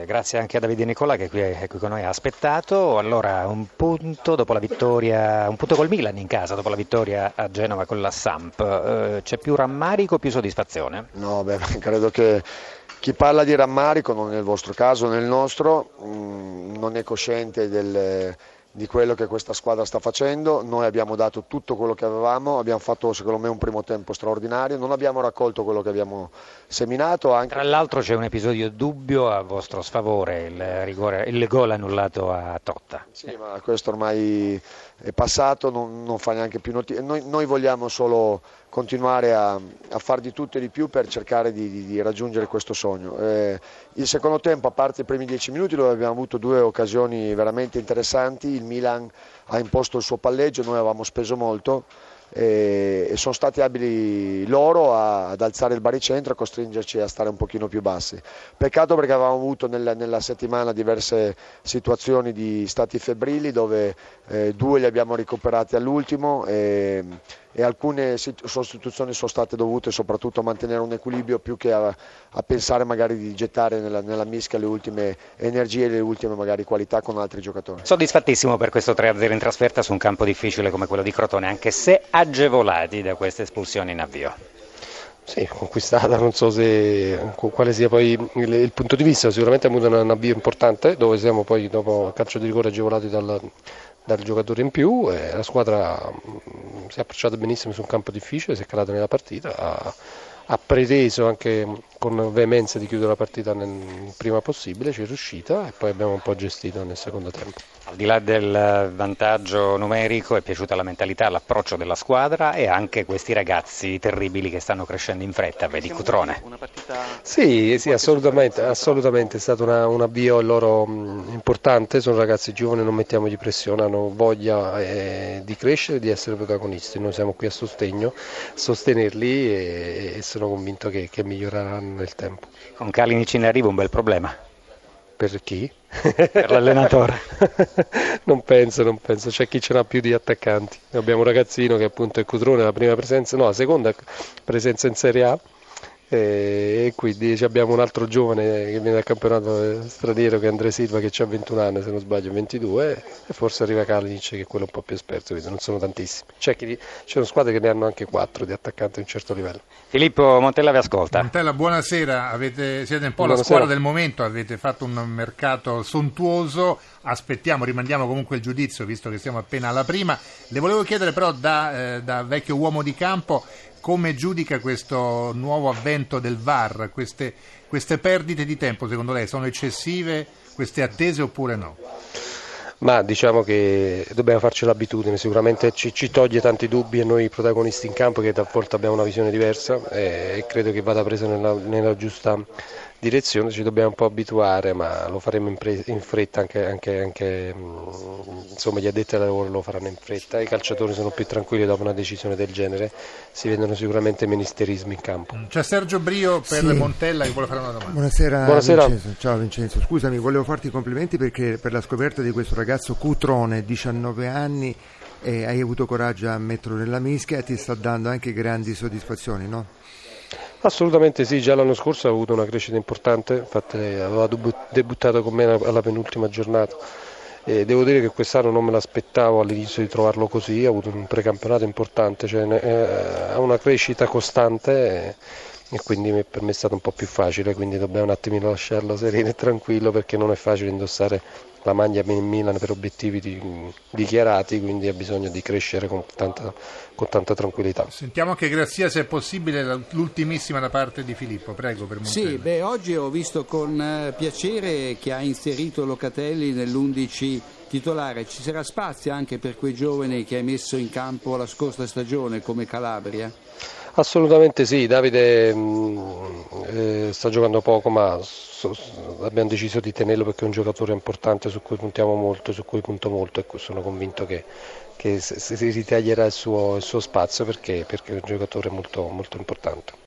grazie anche a Davide Nicola che è qui con noi, ha aspettato. Allora, un punto dopo la vittoria, un punto col Milan in casa dopo la vittoria a Genova con la Samp. C'è più rammarico o più soddisfazione? No, credo che chi parla di rammarico, non nel vostro caso, nel nostro, non è cosciente di quello che questa squadra sta facendo. Noi abbiamo dato tutto quello che avevamo, abbiamo fatto secondo me un primo tempo straordinario, non abbiamo raccolto quello che abbiamo seminato. Tra l'altro c'è un episodio dubbio a vostro sfavore, il gol annullato a Totta. Sì, ma questo ormai è passato, non fa neanche più notizia. Noi vogliamo solo continuare a far di tutto e di più per cercare di raggiungere questo sogno. Il secondo tempo, a parte i primi 10 minuti dove abbiamo avuto due occasioni veramente interessanti, il Milan ha imposto il suo palleggio, noi avevamo speso molto e sono stati abili loro ad alzare il baricentro e a costringerci a stare un pochino più bassi. Peccato perché avevamo avuto nella settimana diverse situazioni di stati febbrili dove due li abbiamo recuperati all'ultimo e alcune sostituzioni sono state dovute soprattutto a mantenere un equilibrio più che a pensare magari di gettare nella mischia le ultime energie e le ultime magari qualità con altri giocatori. Soddisfattissimo per questo 3-0 in trasferta su un campo difficile come quello di Crotone, anche se agevolati da queste espulsioni in avvio. Sì, conquistata, non so quale sia poi il punto di vista, sicuramente abbiamo avuto un avvio importante dove siamo poi dopo calcio di rigore agevolati dal giocatore in più e la squadra si è approcciata benissimo su un campo difficile, si è calata nella partita, ha preteso anche con veemenza di chiudere la partita nel prima possibile, ci è riuscita e poi abbiamo un po' gestito nel secondo tempo. Al di là del vantaggio numerico è piaciuta la mentalità, l'approccio della squadra e anche questi ragazzi terribili che stanno crescendo in fretta, vedi Cutrone. Sì, assolutamente, è stato un avvio loro importante, sono ragazzi giovani, non mettiamogli pressione, hanno voglia di crescere e di essere protagonisti, noi siamo qui a sostenerli e sono convinto che miglioreranno nel tempo. Con Kalinic in arrivo un bel problema. Per chi? Per l'allenatore. Non penso, c'è chi ce n'ha più di attaccanti. Abbiamo un ragazzino che appunto è Cutrone, la seconda presenza in Serie A e quindi abbiamo un altro giovane che viene dal campionato straniero che è André Silva che ha 21 anni, se non sbaglio 22 e forse arriva Kalinic che è quello un po' più esperto, quindi non sono tantissimi. C'è una squadra che ne hanno anche 4 di attaccanti a un certo livello. Filippo Montella vi ascolta. Montella, buonasera, siete un po' Buonasera. la squadra del momento, avete fatto un mercato sontuoso, rimandiamo comunque il giudizio visto che siamo appena alla prima. Le volevo chiedere però da vecchio uomo di campo come giudica questo nuovo avvento del VAR, queste perdite di tempo secondo lei sono eccessive, queste attese oppure no? Ma diciamo che dobbiamo farci l'abitudine, sicuramente ci toglie tanti dubbi e noi protagonisti in campo che a volte abbiamo una visione diversa e credo che vada presa nella giusta direzione, ci dobbiamo un po' abituare ma lo faremo in fretta, anche insomma gli addetti al lavoro lo faranno in fretta, i calciatori sono più tranquilli dopo una decisione del genere, si vedono sicuramente ministerismi in campo. C'è Sergio Brio per Montella che vuole fare una domanda. Buonasera. Vincenzo. Ciao Vincenzo, scusami, volevo farti i complimenti perché per la scoperta di questo ragazzo Cutrone, 19 anni, hai avuto coraggio a metterlo nella mischia e ti sta dando anche grandi soddisfazioni, no? Assolutamente sì, già l'anno scorso ha avuto una crescita importante, infatti aveva debuttato con me alla penultima giornata e devo dire che quest'anno non me l'aspettavo all'inizio di trovarlo così, ha avuto un precampionato importante, ha una crescita costante e quindi per me è stato un po' più facile, quindi dobbiamo un attimino lasciarlo sereno e tranquillo perché non è facile indossare la maglia in Milan per obiettivi dichiarati, quindi ha bisogno di crescere con tanta tranquillità. Sentiamo anche Grazia se è possibile l'ultimissima da parte di Filippo, prego per Montella. Sì, oggi ho visto con piacere che ha inserito Locatelli nell'11 titolare, ci sarà spazio anche per quei giovani che hai messo in campo la scorsa stagione come Calabria? Assolutamente sì, Davide sta giocando poco ma abbiamo deciso di tenerlo perché è un giocatore importante su cui puntiamo molto, su cui punto molto e sono convinto che si ritaglierà il suo spazio perché è un giocatore molto, molto importante.